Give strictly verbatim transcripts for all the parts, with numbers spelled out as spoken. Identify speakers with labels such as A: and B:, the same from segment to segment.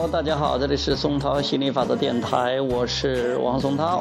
A: Hello， 大家好，这里是松涛心理法则电台，我是王松涛。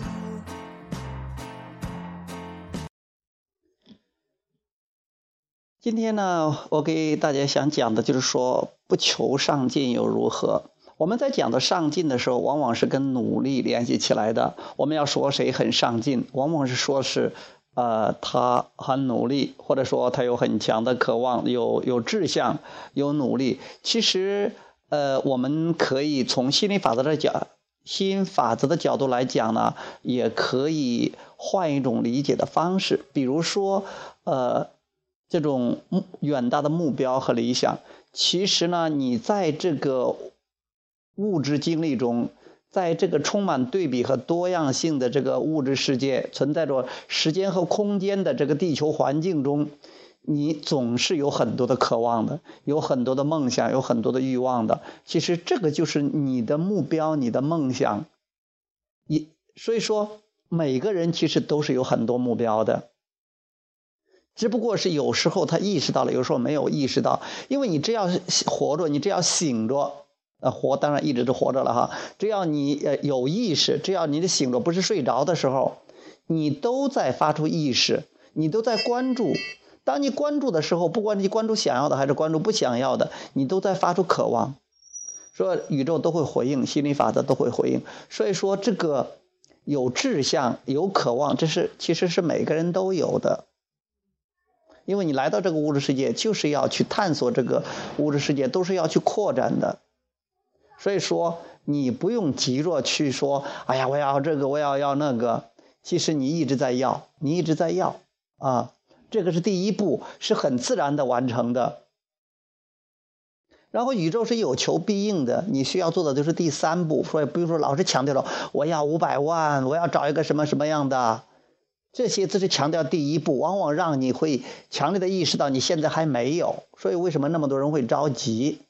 A: 今天呢，我给大家想讲的就是说，不求上进又如何？我们在讲到上进的时候，往往是跟努力联系起来的。我们要说谁很上进，往往是说是呃，他很努力，或者说他有很强的渴望，有有志向，有努力。其实呃，我们可以从心理法则的角心法则的角度来讲呢，也可以换一种理解的方式。比如说呃，这种远大的目标和理想，其实呢，你在这个物质经历中，在这个充满对比和多样性的这个物质世界，存在着时间和空间的这个地球环境中，你总是有很多的渴望的，有很多的梦想，有很多的欲望的。其实这个就是你的目标，你的梦想。也所以说每个人其实都是有很多目标的，只不过是有时候他意识到了，有时候没有意识到。因为你只要活着，你只要醒着，呃，活当然一直都活着了哈。只要你呃有意识，只要你的醒着不是睡着的时候，你都在发出意识，你都在关注。当你关注的时候，不管你关注想要的还是关注不想要的，你都在发出渴望。说宇宙都会回应，心理法则都会回应。所以说这个有志向，有渴望，这是其实是每个人都有的。因为你来到这个物质世界，就是要去探索这个物质世界，都是要去扩展的。所以说你不用急着去说，哎呀，我要这个，我要要那个。其实你一直在要，你一直在要啊，这个是第一步，是很自然的完成的。然后宇宙是有求必应的，你需要做的就是第三步。所以比如说老是强调了，我要五百万，我要找一个什么什么样的，这些只是强调第一步，往往让你会强烈的意识到你现在还没有。所以为什么那么多人会着急？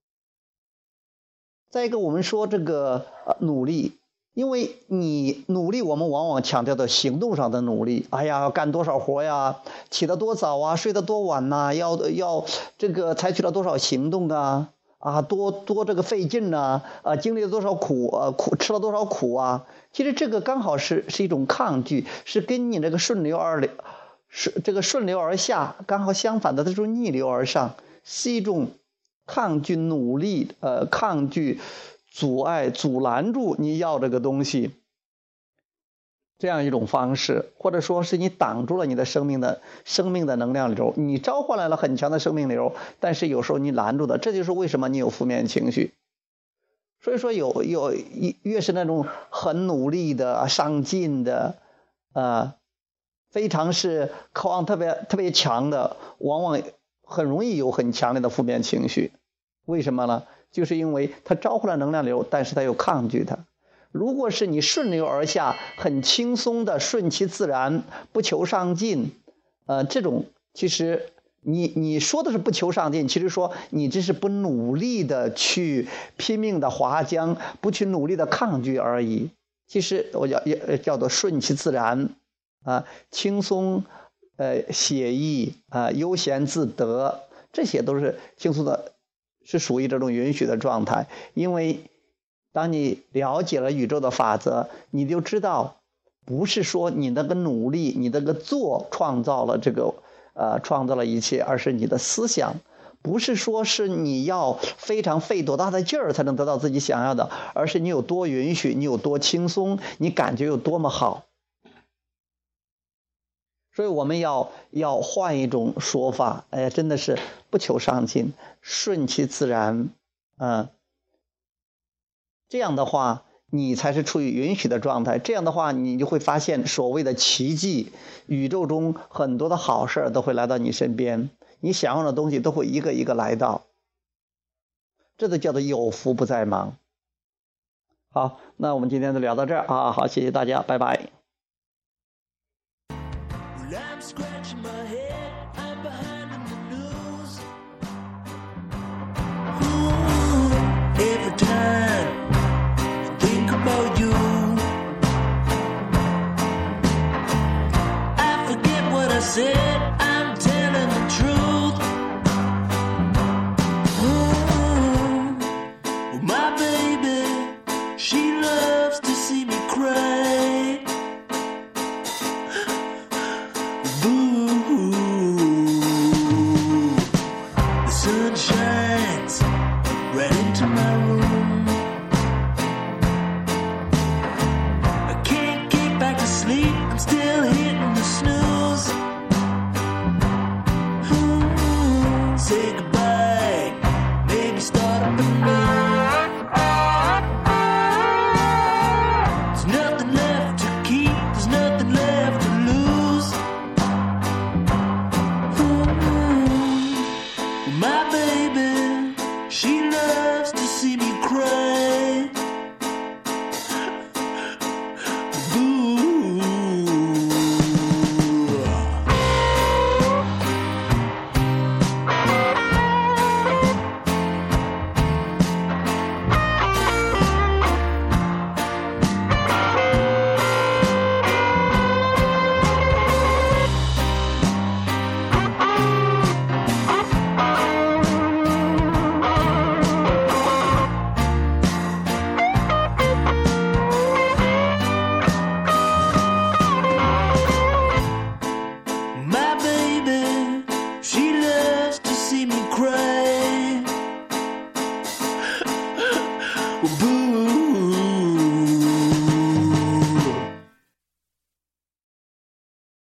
A: 再一个，我们说这个、呃、努力，因为你努力，我们往往强调的行动上的努力。哎呀，干多少活呀，起得多早啊，睡得多晚呐、啊，要要这个采取了多少行动啊，啊，多多这个费劲呐、啊，啊，经历了多少苦，呃，苦吃了多少苦啊。其实这个刚好是是一种抗拒，是跟你这个顺流而流，是这个顺流而下，刚好相反的，它是逆流而上，是一种抗拒努力，呃，抗拒阻碍、阻拦住你要这个东西，这样一种方式，或者说是你挡住了你的生命的生命的能量流，你召唤来了很强的生命流，但是有时候你拦住的，这就是为什么你有负面情绪。所以说有有越是那种很努力的、上进的，呃，非常是渴望特别特别强的，往往很容易有很强烈的负面情绪。为什么呢？就是因为它召唤了能量流，但是它又抗拒它。如果是你顺流而下，很轻松的顺其自然，不求上进，呃，这种其实你你说的是不求上进，其实说你这是不努力的去拼命的划江，不去努力的抗拒而已。其实我叫也叫做顺其自然啊，轻松呃写意啊，悠闲自得，这些都是轻松的，是属于这种允许的状态。因为当你了解了宇宙的法则，你就知道不是说你那个努力，你那个做创造了这个呃创造了一切，而是你的思想。不是说是你要非常费多大的劲儿才能得到自己想要的，而是你有多允许，你有多轻松，你感觉有多么好。所以我们要要换一种说法，哎呀，真的是不求上进，顺其自然，嗯，这样的话你才是处于允许的状态。这样的话你就会发现所谓的奇迹，宇宙中很多的好事都会来到你身边，你想要的东西都会一个一个来到，这就叫做有福不在忙。好，那我们今天就聊到这儿啊，好，谢谢大家，拜拜。
B: I'm scratching my head, I'm behind in the news. Ooh, every time I think about you, I forget what I said, I'm telling the truth. Ooh, my I believe